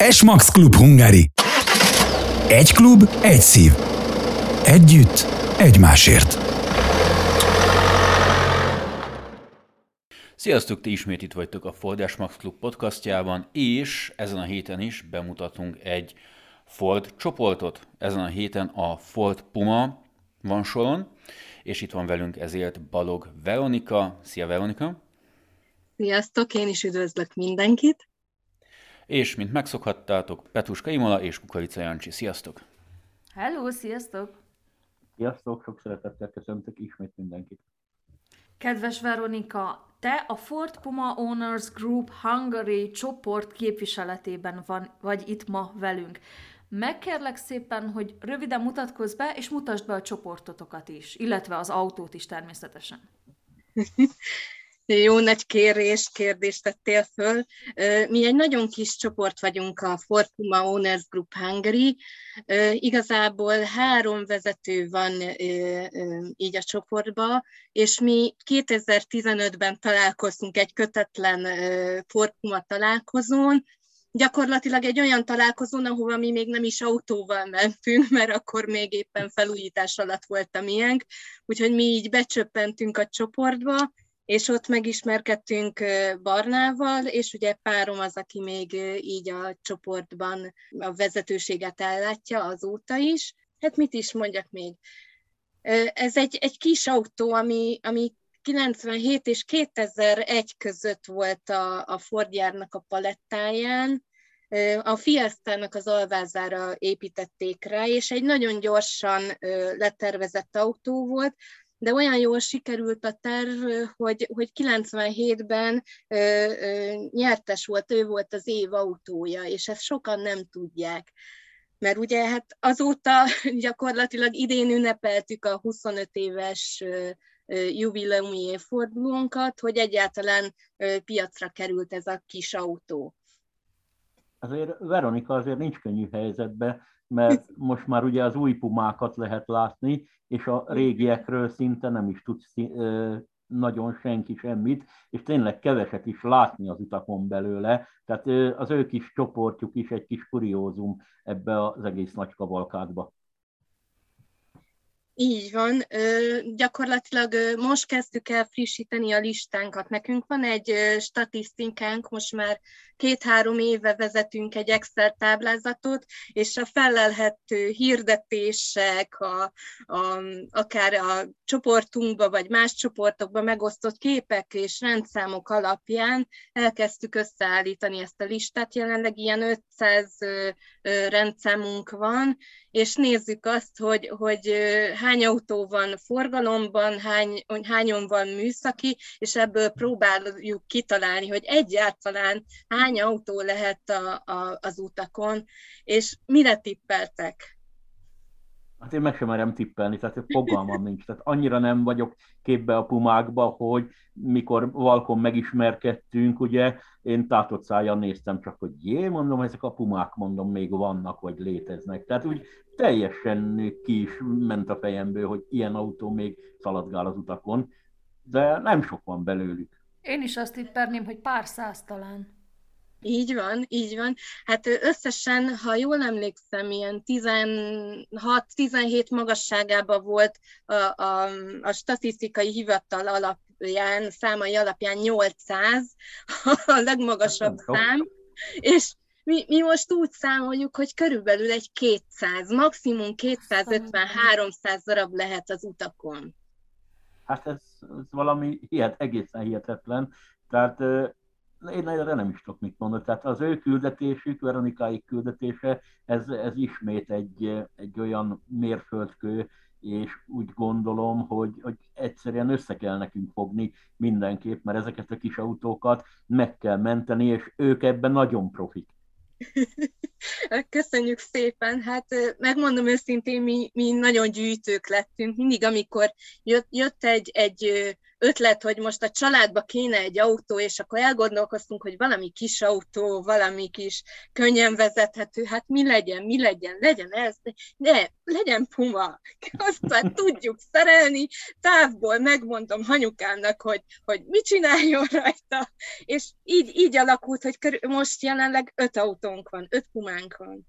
S-Max Klub Hungary. Egy klub, egy szív. Együtt, egymásért. Sziasztok, ti ismét itt vagytok a Ford S-Max Klub podcastjában, és ezen a héten is bemutatunk egy Ford csoportot. Ezen a héten a Ford Puma van soron, és itt van velünk ezért Balog Veronika. Szia, Veronika! Sziasztok, én is üdvözlök mindenkit! És mint megszokhattátok, Petruska Imola és Kukorica Jancsi. Sziasztok! Hello, sziasztok! Sziasztok, sok szeretettel köszöntök ismét mindenkit. Kedves Veronika, te a Ford Puma Owners Group Hungary csoport képviseletében vagy itt ma velünk. Megkérlek szépen, hogy röviden mutatkozz be, és mutasd be a csoportotokat is, illetve az autót is természetesen. Jó nagy kérdést tettél föl. Mi egy nagyon kis csoport vagyunk, a Ford Puma Owners Group Hungary. Igazából 3 vezető van így a csoportban, és mi 2015-ben találkoztunk egy kötetlen Ford Puma találkozón, gyakorlatilag egy olyan találkozón, ahova mi még nem is autóval mentünk, mert akkor még éppen felújítás alatt volt a miénk, úgyhogy mi így becsöppentünk a csoportba, és ott megismerkedtünk Barnával, és ugye párom az, aki még így a csoportban a vezetőséget ellátja azóta is. Hát mit is mondjak még? Ez egy kis autó, ami 97 és 2001 között volt a Ford gyárnak a palettáján. A Fiestának az alvázára építették rá, és egy nagyon gyorsan letervezett autó volt, de olyan jól sikerült a terv, hogy 97-ben nyertes volt, ő volt az év autója, és ezt sokan nem tudják. Mert ugye hát azóta gyakorlatilag idén ünnepeltük a 25 éves jubileumi évfordulónkat, hogy egyáltalán piacra került ez a kis autó. Azért Veronika azért nincs könnyű helyzetben, mert most már ugye az új Pumákat lehet látni, és a régiekről szinte nem is tudsz nagyon senki semmit, és tényleg keveset is látni az utakon belőle, tehát az ő kis csoportjuk is egy kis kuriózum ebbe az egész nagy kavalkádba. Így van. Gyakorlatilag most kezdtük el frissíteni a listánkat. Nekünk van egy statisztikánk, most már 2-3 éve vezetünk egy Excel táblázatot, és a felelhető hirdetések, akár a csoportunkba, vagy más csoportokba megosztott képek és rendszámok alapján elkezdtük összeállítani ezt a listát. Jelenleg ilyen 500 rendszámunk van, és nézzük azt, hogy hány autó van forgalomban, hányon van műszaki, és ebből próbáljuk kitalálni, hogy egyáltalán hány autó lehet az utakon, és mire tippeltek? Hát én meg sem merem tippelni, tehát fogalmam nincs. Tehát annyira nem vagyok képbe a Pumákba, hogy mikor Valkon megismerkedtünk, ugye, én tátott szájjal néztem csak, hogy mondom, ezek a Pumák, mondom, még vannak, vagy léteznek. Tehát úgy teljesen ki is ment a fejemből, hogy ilyen autó még szaladgál az utakon, de nem sok van belőlük. Én is azt tipperném, hogy pár száz talán. Így van, így van. Hát összesen, ha jól emlékszem, ilyen 16-17 magasságában volt a statisztikai hivatal alapján, számai alapján 800, a legmagasabb szám, és mi most úgy számoljuk, hogy körülbelül egy 200, maximum 250-300 darab lehet az utakon. Hát ez valami egészen hihetetlen, tehát én erre nem is tudok mit mondani. Tehát az ő küldetésük, Veronikáik küldetése, ez ismét egy olyan mérföldkő, és úgy gondolom, hogy egyszerűen össze kell nekünk fogni mindenképp, mert ezeket a kis autókat meg kell menteni, és ők ebben nagyon profik. Köszönjük szépen. Hát megmondom őszintén, mi nagyon gyűjtők lettünk. Mindig, amikor jött egy ötlet, hogy most a családba kéne egy autó, és akkor elgondolkoztunk, hogy valami kis autó, valami kis könnyen vezethető, hát mi legyen ez, de legyen Puma. Azt tudjuk szerelni, távból megmondom anyukámnak, hogy mit csináljon rajta, és így alakult, hogy most jelenleg 5 autónk van, 5 Pumánk van.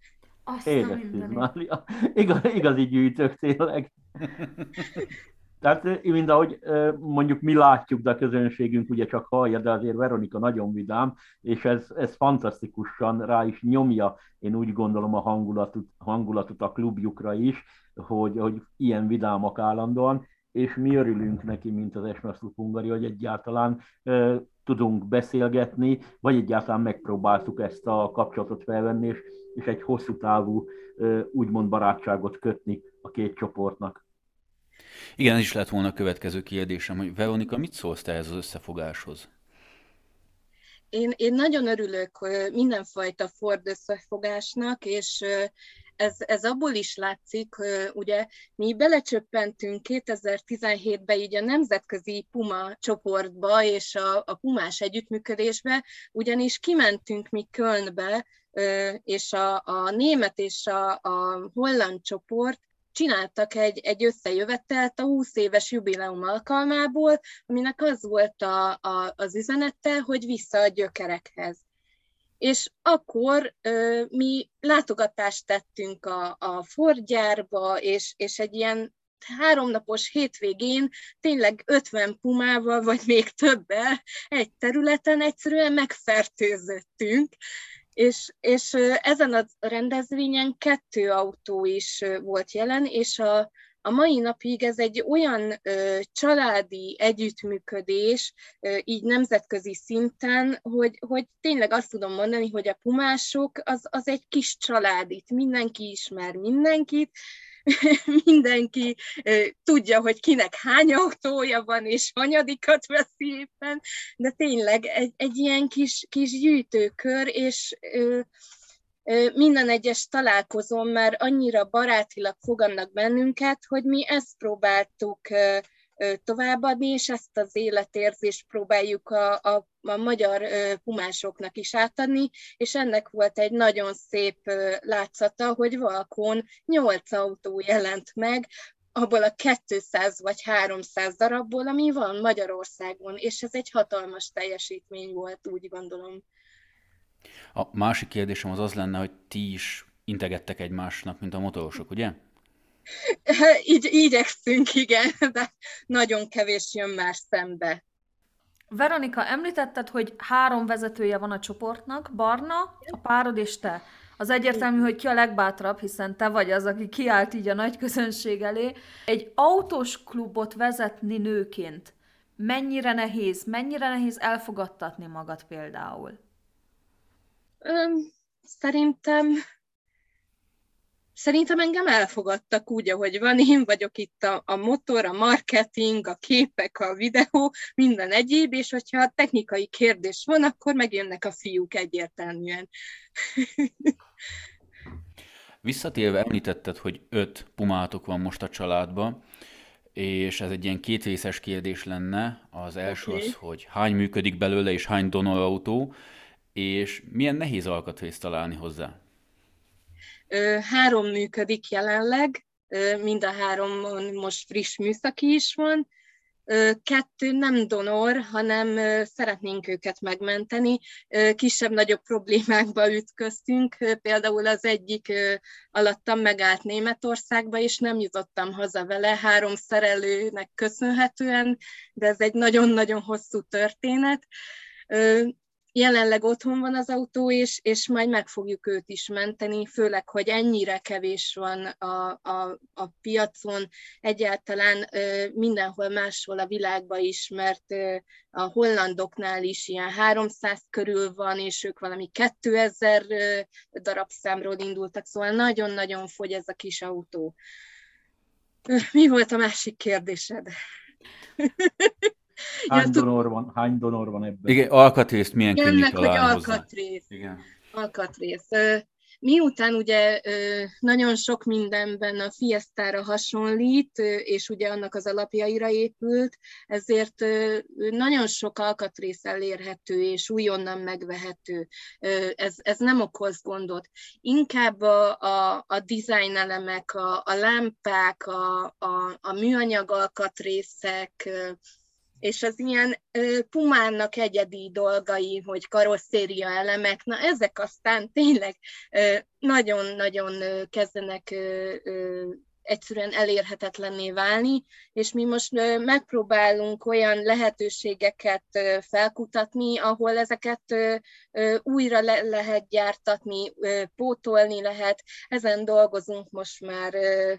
Igazi gyűjtők tényleg. Tehát, mint ahogy mondjuk mi látjuk, de a közönségünk ugye csak hallja, de azért Veronika nagyon vidám, és ez fantasztikusan rá is nyomja, én úgy gondolom, a hangulatot a klubjukra is, hogy ilyen vidámak állandóan, és mi örülünk neki, mint az Esmas Klub Hungary, hogy egyáltalán tudunk beszélgetni, vagy egyáltalán megpróbáltuk ezt a kapcsolatot felvenni, és egy hosszú távú, úgymond barátságot kötni a két csoportnak. Igen, ez is lett volna a következő kérdésem, hogy Veronika, mit szólsz te ez az összefogáshoz? Én nagyon örülök mindenfajta Ford összefogásnak, és ez abból is látszik, ugye mi belecsöppentünk 2017-ben így a nemzetközi Puma csoportba és a Pumás együttműködésbe, ugyanis kimentünk mi Kölnbe, és a német és a holland csoport csináltak egy összejövetelt a 20 éves jubileum alkalmából, aminek az volt az üzenete, hogy vissza a gyökerekhez. És akkor mi látogatást tettünk a Ford gyárba, és egy ilyen 3 napos hétvégén tényleg 50 Pumával, vagy még többel egy területen egyszerűen megfertőzöttünk, és ezen a rendezvényen 2 autó is volt jelen, és a mai napig ez egy olyan családi együttműködés, így nemzetközi szinten, hogy tényleg azt tudom mondani, hogy a pumások az egy kis család, itt mindenki ismer mindenkit, mindenki tudja, hogy kinek hány autója van, és hanyadikat veszi éppen, de tényleg egy ilyen kis gyűjtőkör, és minden egyes találkozón már annyira barátilag fogadnak bennünket, hogy mi ezt próbáltuk továbbadni, és ezt az életérzést próbáljuk a magyar pumásoknak is átadni, és ennek volt egy nagyon szép látszata, hogy Valkón 8 autó jelent meg, abból a 200 vagy 300 darabból, ami van Magyarországon, és ez egy hatalmas teljesítmény volt, úgy gondolom. A másik kérdésem az lenne, hogy ti is integettek egymásnak, mint a motorosok, ugye? Így igyekszünk, igen, de nagyon kevés jön már szembe. Veronika, említetted, hogy 3 vezetője van a csoportnak, Barna, a párod és te. Az egyértelmű, hogy ki a legbátrabb, hiszen te vagy az, aki kiállt így a nagy közönség elé. Egy autós klubot vezetni nőként mennyire nehéz elfogadtatni magad például? Szerintem engem elfogadtak úgy, ahogy van. Én vagyok itt a motor, a marketing, a képek, a videó, minden egyéb, és hogyha technikai kérdés van, akkor megjönnek a fiúk egyértelműen. Visszatérve említetted, hogy 5 pumátok van most a családban, és ez egy ilyen kétrészes kérdés lenne. Az első az, hogy hány működik belőle, és hány donorautó, és milyen nehéz alkatrészt találni hozzá? 3 működik jelenleg, mind a 3-on most friss műszaki is van. 2 nem donor, hanem szeretnénk őket megmenteni. Kisebb-nagyobb problémákba ütköztünk, például az egyik alattam megállt Németországba, és nem jutottam haza vele 3 szerelőnek köszönhetően, de ez egy nagyon-nagyon hosszú történet. Jelenleg otthon van az autó, és majd meg fogjuk őt is menteni, főleg, hogy ennyire kevés van a piacon, egyáltalán mindenhol máshol a világban is, mert a hollandoknál is ilyen 300 körül van, és ők valami 2000 darabszámról indultak, szóval nagyon-nagyon fogy ez a kis autó. Mi volt a másik kérdésed? Hány donor van ebben? Igen, alkatrészt milyen könnyű találni hozzá. Alkatrész. Miután ugye nagyon sok mindenben a Fiestára hasonlít, és ugye annak az alapjaira épült, ezért nagyon sok alkatrész elérhető és újonnan megvehető. Ez nem okoz gondot. Inkább a design elemek, a lámpák, a műanyag alkatrészek, és az ilyen Pumának egyedi dolgai, hogy karosszéria elemek, na ezek aztán tényleg nagyon-nagyon kezdenek egyszerűen elérhetetlenné válni, és mi most megpróbálunk olyan lehetőségeket felkutatni, ahol ezeket újra lehet gyártatni, pótolni lehet. Ezen dolgozunk most már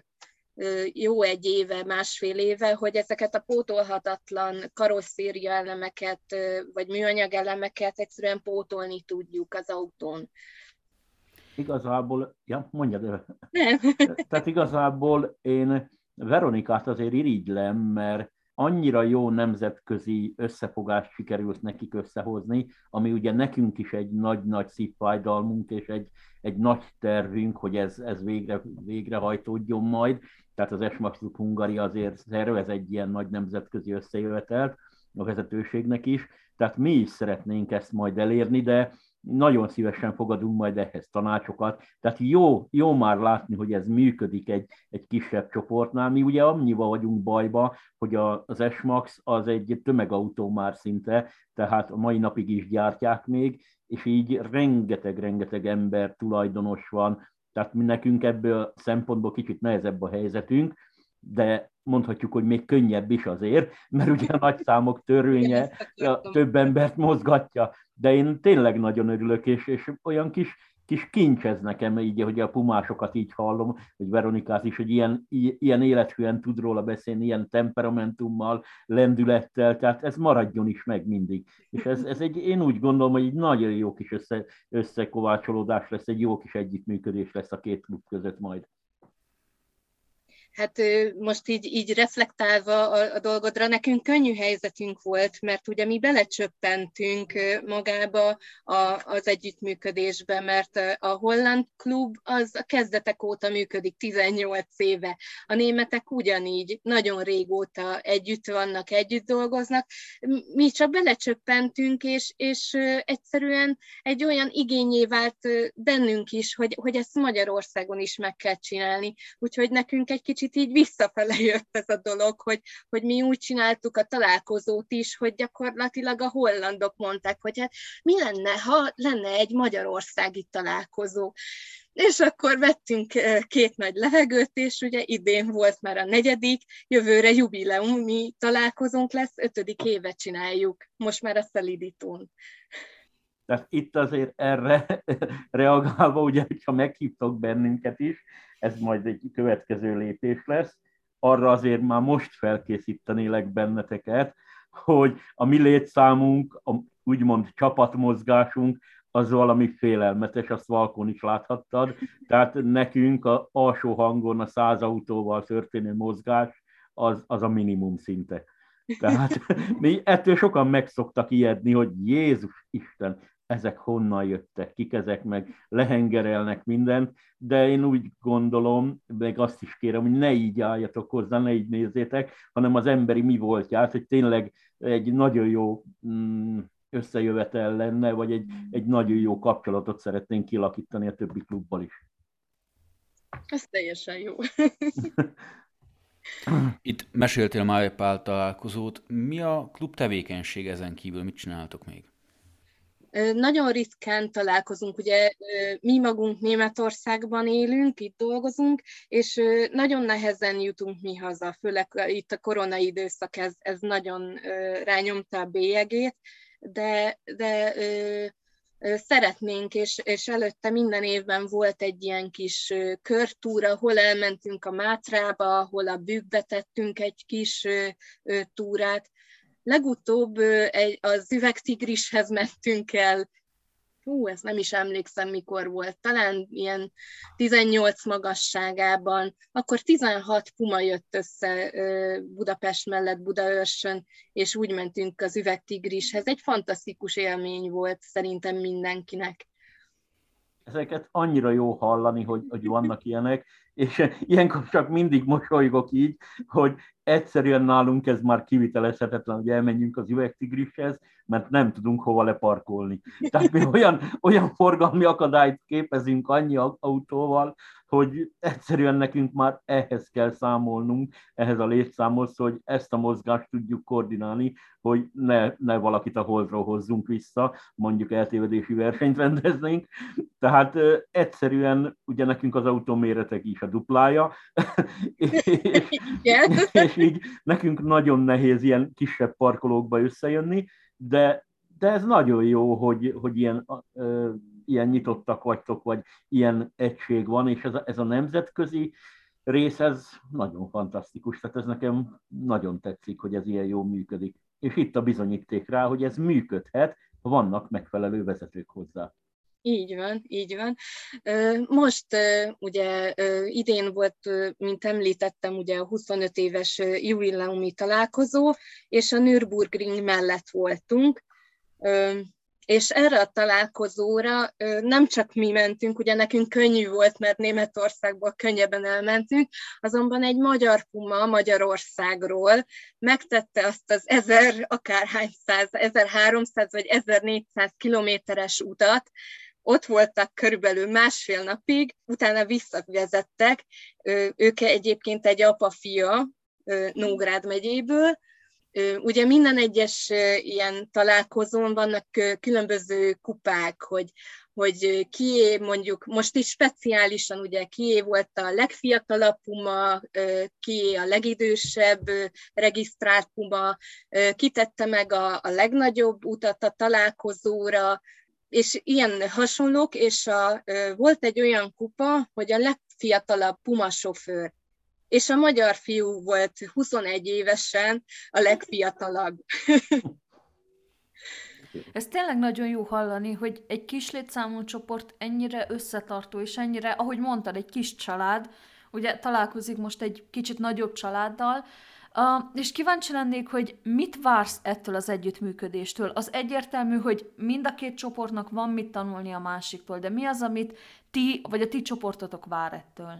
jó egy éve, másfél éve, hogy ezeket a pótolhatatlan karosszéria elemeket, vagy műanyag elemeket egyszerűen pótolni tudjuk az autón. Igazából, ja, mondjad. Nem. Tehát igazából én Veronikát azért irigylem, mert annyira jó nemzetközi összefogást sikerült nekik összehozni, ami ugye nekünk is egy nagy-nagy szívfájdalmunk, és egy nagy tervünk, hogy ez végrehajtódjon majd. Tehát az S-Max Group Hungary azért szervez egy ilyen nagy nemzetközi összejövetelt a vezetőségnek is, tehát mi is szeretnénk ezt majd elérni, de nagyon szívesen fogadunk majd ehhez tanácsokat. Tehát jó már látni, hogy ez működik egy kisebb csoportnál. Mi ugye annyival vagyunk bajba, hogy az S-Max az egy tömegautó már szinte, tehát a mai napig is gyártják még, és így rengeteg ember tulajdonos van. Tehát mi nekünk ebből a szempontból kicsit nehezebb a helyzetünk, de mondhatjuk, hogy még könnyebb is azért, mert ugye a nagy számok törvénye több embert mozgatja. De én tényleg nagyon örülök, és olyan kis kincs ez nekem, így, hogy a pumásokat így hallom, hogy Veronikát is, hogy ilyen élethűen tud róla beszélni, ilyen temperamentummal, lendülettel, tehát ez maradjon is meg mindig. És ez én úgy gondolom, hogy egy nagyon jó kis összekovácsolódás lesz, egy jó kis együttműködés lesz a két klub között majd. Hát most így reflektálva a dolgodra, nekünk könnyű helyzetünk volt, mert ugye mi belecsöppentünk magába az együttműködésbe, mert a holland klub az a kezdetek óta működik, 18 éve. A németek ugyanígy nagyon régóta együtt vannak, együtt dolgoznak. Mi csak belecsöppentünk, és egyszerűen egy olyan igényé vált bennünk is, hogy ezt Magyarországon is meg kell csinálni. Úgyhogy nekünk egy kicsit így visszafele jött ez a dolog, hogy mi úgy csináltuk a találkozót is, hogy gyakorlatilag a hollandok mondták, hogy hát mi lenne, ha lenne egy magyarországi találkozó. És akkor vettünk két nagy levegőt, és ugye idén volt már a 4., jövőre jubileumi találkozónk lesz, 5. éve csináljuk, most már a Szeliditón. Tehát itt azért erre reagálva, ugye, hogyha meghívtok bennünket is, ez majd egy következő lépés lesz, arra azért már most felkészítenélek benneteket, hogy a mi létszámunk, a úgymond csapatmozgásunk, az valami félelmetes, azt Valkón is láthattad. Tehát nekünk az alsó hangon a 100 autóval történő mozgás az a minimum szinte. Tehát mi ettől sokan meg szoktak ijedni, hogy Jézus Isten, ezek honnan jöttek, kik ezek, meg lehengerelnek mindent, de én úgy gondolom, meg azt is kérem, hogy ne így álljatok hozzá, ne így nézzétek, hanem az emberi mi voltját, hogy tényleg egy nagyon jó összejövetel lenne, vagy egy nagyon jó kapcsolatot szeretnénk kialakítani a többi klubbal is. Ez teljesen jó. Itt meséltél már egy pár találkozót. Mi a klub tevékenység ezen kívül? Mit csináltok még? Nagyon ritkán találkozunk, ugye mi magunk Németországban élünk, itt dolgozunk, és nagyon nehezen jutunk mi haza, főleg itt a korona időszak, ez nagyon rányomta a bélyegét, de szeretnénk, és előtte minden évben volt egy ilyen kis körtúra, hol elmentünk a Mátrába, hol a Bükkbe tettünk egy kis túrát. Legutóbb az Üvegtigrishez mentünk el, ezt nem is emlékszem, mikor volt, talán ilyen 18 magasságában, akkor 16 puma jött össze Budapest mellett Budaörsön, és úgy mentünk az Üvegtigrishez. Egy fantasztikus élmény volt szerintem mindenkinek. ezeket annyira jó hallani, hogy vannak ilyenek, és ilyenkor csak mindig mosolygok így, hogy egyszerűen nálunk ez már kivitelezhetetlen, hogy elmenjünk az üvegtigrishez, mert nem tudunk hova leparkolni. Tehát mi olyan forgalmi akadályt képezünk annyi autóval, hogy egyszerűen nekünk már ehhez kell számolnunk, ehhez a létszámhoz, hogy ezt a mozgást tudjuk koordinálni, hogy ne valakit a holdról hozzunk vissza, mondjuk eltévedési versenyt rendeznénk. Tehát egyszerűen ugye nekünk az autó méretek is a duplája, és így nekünk nagyon nehéz ilyen kisebb parkolókba összejönni, de ez nagyon jó, hogy ilyen nyitottak vagytok, vagy ilyen egység van, és ez a nemzetközi rész, ez nagyon fantasztikus, tehát ez nekem nagyon tetszik, hogy ez ilyen jól működik. És itt a bizonyíték rá, hogy ez működhet, ha vannak megfelelő vezetők hozzá. Így van, így van. Most ugye idén volt, mint említettem, ugye a 25 éves jubileumi találkozó, és a Nürburgring mellett voltunk, és erre a találkozóra nem csak mi mentünk, ugye nekünk könnyű volt, mert Németországból könnyebben elmentünk, azonban egy magyar puma Magyarországról megtette azt az 1300 vagy 1400 kilométeres utat, ott voltak körülbelül másfél napig, utána visszavezettek, ők egyébként egy apa-fia Nógrád megyéből. Ugye minden egyes ilyen találkozón vannak különböző kupák, hogy kié mondjuk, most is speciálisan ugye kié volt a legfiatalabb puma, kié a legidősebb regisztrált puma, kitette meg a legnagyobb utat a találkozóra, és ilyen hasonlók, és volt egy olyan kupa, hogy a legfiatalabb puma sofőr, és a magyar fiú volt 21 évesen a legfiatalabb. Ez tényleg nagyon jó hallani, hogy egy kis létszámú csoport ennyire összetartó, és ennyire, ahogy mondtad, egy kis család, ugye találkozik most egy kicsit nagyobb családdal, és kíváncsi lennék, hogy mit vársz ettől az együttműködéstől? Az egyértelmű, hogy mind a két csoportnak van mit tanulni a másiktól, de mi az, amit ti, vagy a ti csoportotok vár ettől?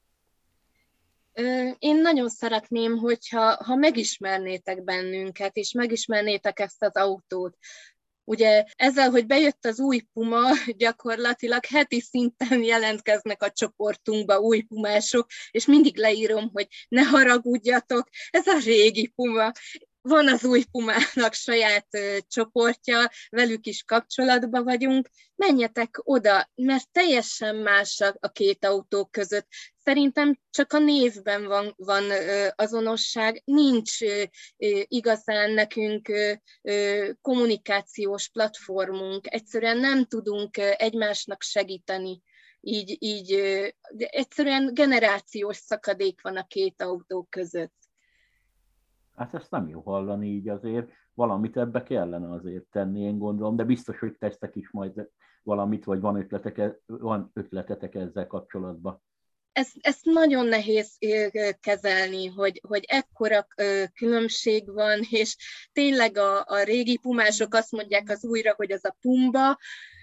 Én nagyon szeretném, hogyha megismernétek bennünket, és megismernétek ezt az autót. Ugye ezzel, hogy bejött az új puma, gyakorlatilag heti szinten jelentkeznek a csoportunkba új pumások, és mindig leírom, hogy ne haragudjatok, ez a régi puma. Van az új pumának saját csoportja, velük is kapcsolatban vagyunk, menjetek oda, mert teljesen más a két autó között. Szerintem csak a névben van azonosság, nincs igazán nekünk kommunikációs platformunk, egyszerűen nem tudunk egymásnak segíteni. Így de egyszerűen generációs szakadék van a két autó között. Hát ezt nem jó hallani így azért, valamit ebbe kellene azért tenni, én gondolom, de biztos, hogy tesztek is majd valamit, vagy van ötletetek ezzel kapcsolatban. Ezt nagyon nehéz kezelni, hogy ekkora különbség van, és tényleg a régi pumások azt mondják az újra, hogy az a pumba,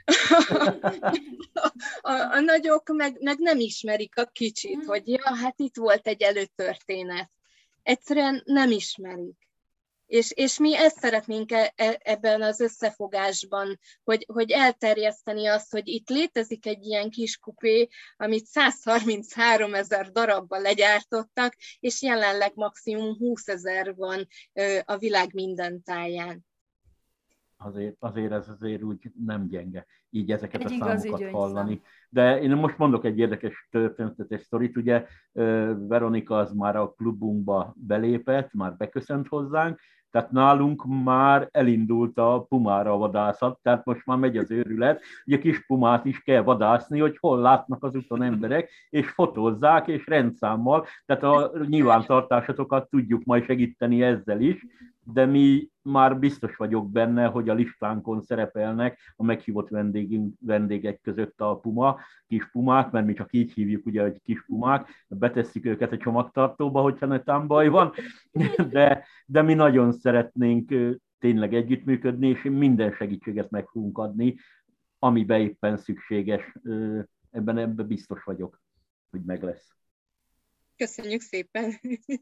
a nagyok meg nem ismerik a kicsit, hogy ja, hát itt volt egy előtörténet. Egyszerűen nem ismerik. És mi ezt szeretnénk ebben az összefogásban, hogy elterjeszteni azt, hogy itt létezik egy ilyen kis kupé, amit 133 000 darabban legyártottak, és jelenleg maximum 20 000 van a világ minden táján. Azért ez azért úgy nem gyenge, így ezeket egy a számokat hallani. De én most mondok egy érdekes történetet, egy sztorit, ugye Veronika az már a klubunkba belépett, már beköszönt hozzánk, tehát nálunk már elindult a pumára a vadászat, tehát most már megy az őrület, ugye kis pumát is kell vadászni, hogy hol látnak az úton emberek, és fotózzák, és rendszámmal, tehát a nyilvántartásokat tudjuk majd segíteni ezzel is, de mi már biztos vagyok benne, hogy a listánkon szerepelnek a meghívott vendégek között a puma, kis pumák, mert mi csak így hívjuk, ugye, hogy kis pumák, betesszük őket a csomagtartóba, hogyha netán baj van, de mi nagyon szeretnénk tényleg együttműködni, és minden segítséget meg fogunk adni, amiben éppen szükséges. Ebben biztos vagyok, hogy meg lesz. Köszönjük szépen!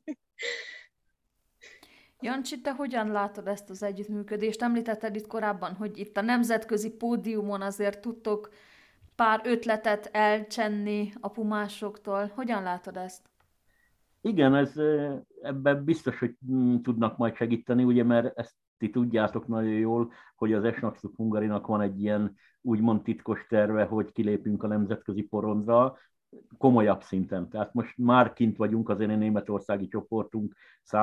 Jancsi, te hogyan látod ezt az együttműködést? Említetted itt korábban, hogy itt a nemzetközi pódiumon azért tudtok pár ötletet elcsenni a pumásoktól. Hogyan látod ezt? Igen, ebben biztos, hogy tudnak majd segíteni, ugye, mert ezt ti tudjátok nagyon jól, hogy az Esnax Club Hungarinak van egy ilyen úgymond titkos terve, hogy kilépünk a nemzetközi porondra, komolyabb szinten. Tehát most már kint vagyunk, azért a németországi csoportunk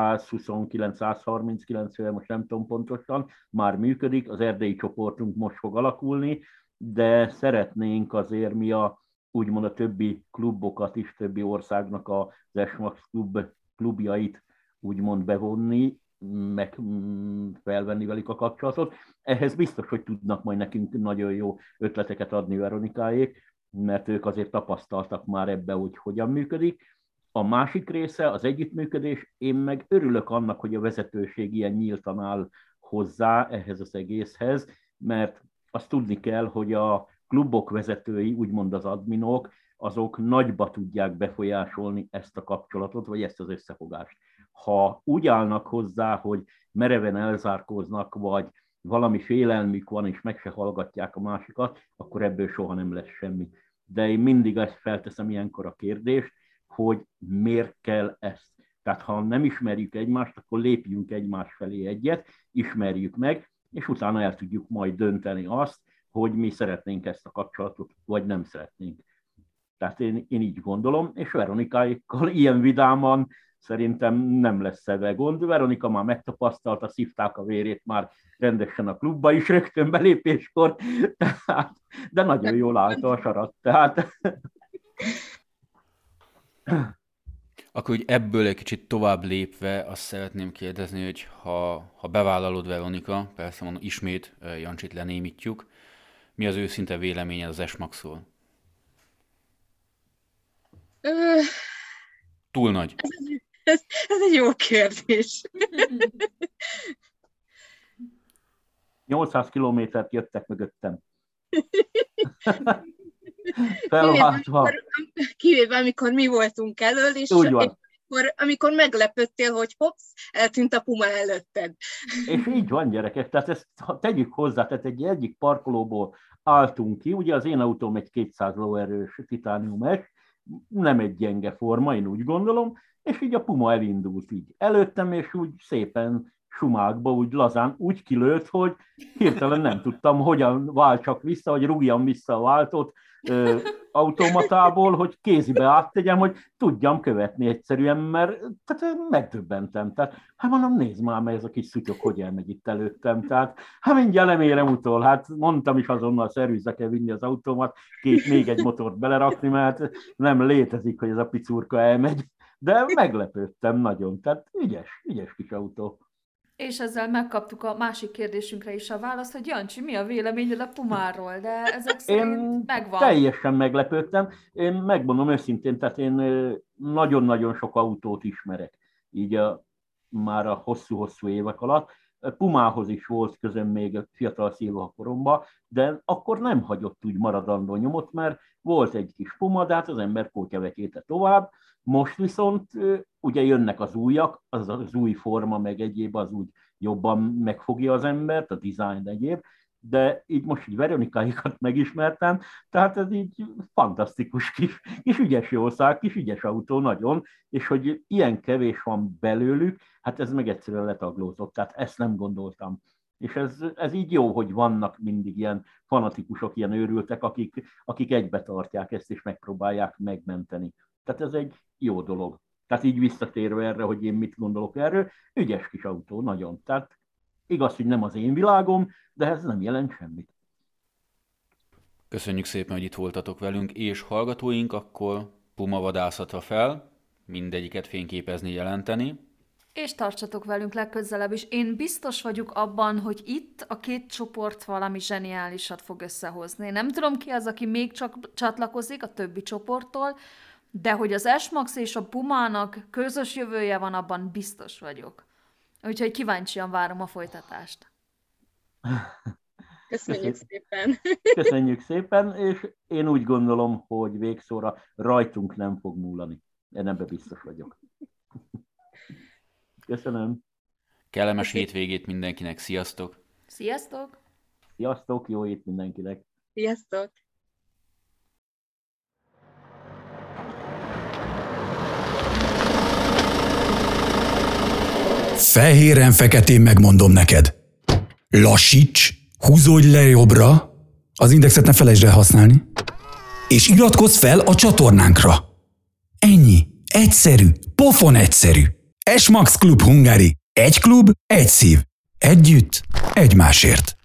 129-139 fő, most nem tudom pontosan, már működik, az erdélyi csoportunk most fog alakulni, de szeretnénk azért mi úgymond a többi klubokat is, többi országnak az Esnax klubjait úgymond bevonni, meg felvenni velük a kapcsolatot. Ehhez biztos, hogy tudnak majd nekünk nagyon jó ötleteket adni Veronikáék, mert ők azért tapasztaltak már ebbe, hogy hogyan működik. A másik része az együttműködés, én meg örülök annak, hogy a vezetőség ilyen nyíltan áll hozzá ehhez az egészhez, mert azt tudni kell, hogy a klubok vezetői, úgymond az adminok, azok nagyba tudják befolyásolni ezt a kapcsolatot, vagy ezt az összefogást. Ha úgy állnak hozzá, hogy mereven elzárkóznak, vagy valami félelmük van, és meg se hallgatják a másikat, akkor ebből soha nem lesz semmi. De én mindig ezt felteszem ilyenkor a kérdést, hogy miért kell ezt. Tehát ha nem ismerjük egymást, akkor lépjünk egymás felé egyet, ismerjük meg, és utána el tudjuk majd dönteni azt, hogy mi szeretnénk ezt a kapcsolatot, vagy nem szeretnénk. Tehát én így gondolom, és Veronikáikkal ilyen vidáman szerintem nem lesz ebben gond. Veronika már megtapasztalta, szívták a vérét már rendesen a klubba is rögtön belépéskor, de nagyon jól állta a sarat. Tehát... Akkor úgy ebből egy kicsit tovább lépve azt szeretném kérdezni, hogy ha bevállalod, Veronika, persze mondom, ismét Jancsit lenémítjuk, mi az őszinte véleményed az Esmaxról? Túl nagy. Ez egy jó kérdés. 800 kilométert jöttek mögöttem. Felváltva. Kivéve, amikor mi voltunk elől, és amikor meglepődtél, hogy hopsz, eltűnt a puma előtted. És így van, gyerekek, tehát ezt tegyük hozzá, tehát egyik parkolóból álltunk ki, ugye az én autóm egy 200 lóerős titániumes, nem egy gyenge forma, én úgy gondolom, és így a puma elindult így előttem, és úgy szépen sumákba, úgy lazán, úgy kilőtt, hogy hirtelen nem tudtam, hogyan váltsak vissza, hogy rúgjam vissza a váltót automatából, hogy kézibe áttegyem, hogy tudjam követni egyszerűen, mert tehát megdöbbentem. Tehát, hát mondom, nézd már, mert ez a kis szutyok hogy elmegy itt előttem. Tehát, hát mindjárt lemérem utol. Hát mondtam is azonnal, szervizre kell vinni az autómat, még egy motort belerakni, mert nem létezik, hogy ez a picurka elmegy. De meglepődtem nagyon. Tehát ügyes kis autó. És ezzel megkaptuk a másik kérdésünkre is a választ, hogy Jancsi, mi a véleményed a pumáról? De ezek szerint megvan. Teljesen meglepődtem. Én megmondom őszintén, tehát én nagyon-nagyon sok autót ismerek, így már a hosszú-hosszú évek alatt. Pumához is volt közöm még fiatal szilva koromban, de akkor nem hagyott úgy maradandó nyomot, mert volt egy kis puma, de hát az ember kótyavetéte tovább. Most viszont ugye jönnek az újak, az új forma, meg egyéb az úgy jobban megfogja az embert, a design egyéb, de így most így Veronikáikat megismertem, tehát ez így fantasztikus kis ügyes jószág, kis ügyes autó nagyon, és hogy ilyen kevés van belőlük, hát ez meg egyszerűen letaglózott, tehát ezt nem gondoltam. És ez így jó, hogy vannak mindig ilyen fanatikusok, ilyen őrültek, akik egybe tartják ezt, és megpróbálják megmenteni. Tehát ez egy jó dolog. Tehát így visszatérve erre, hogy én mit gondolok erről, ügyes kis autó, nagyon. Tehát igaz, hogy nem az én világom, de ez nem jelent semmit. Köszönjük szépen, hogy itt voltatok velünk, és hallgatóink, akkor puma vadászatra fel, mindegyiket fényképezni, jelenteni. És tartsatok velünk legközelebb is. Én biztos vagyok abban, hogy itt a két csoport valami zseniálisat fog összehozni. Nem tudom ki az, aki még csak csatlakozik a többi csoporttól, de hogy az Esmax és a Pumának közös jövője van, abban biztos vagyok. Úgyhogy kíváncsian várom a folytatást. Köszönjük szépen. Köszönjük szépen, és én úgy gondolom, hogy végszóra rajtunk nem fog múlani. Én ebben biztos vagyok. Köszönöm. Kellemes hétvégét mindenkinek, sziasztok! Sziasztok! Sziasztok, jó hét mindenkinek! Sziasztok! Fehéren-feketén megmondom neked. Lassíts, húzódj le jobbra, az indexet ne felejtsd el használni, és iratkozz fel a csatornánkra. Ennyi. Egyszerű. Pofon egyszerű. S-Max Klub Hungary. Egy klub, egy szív. Együtt, egymásért.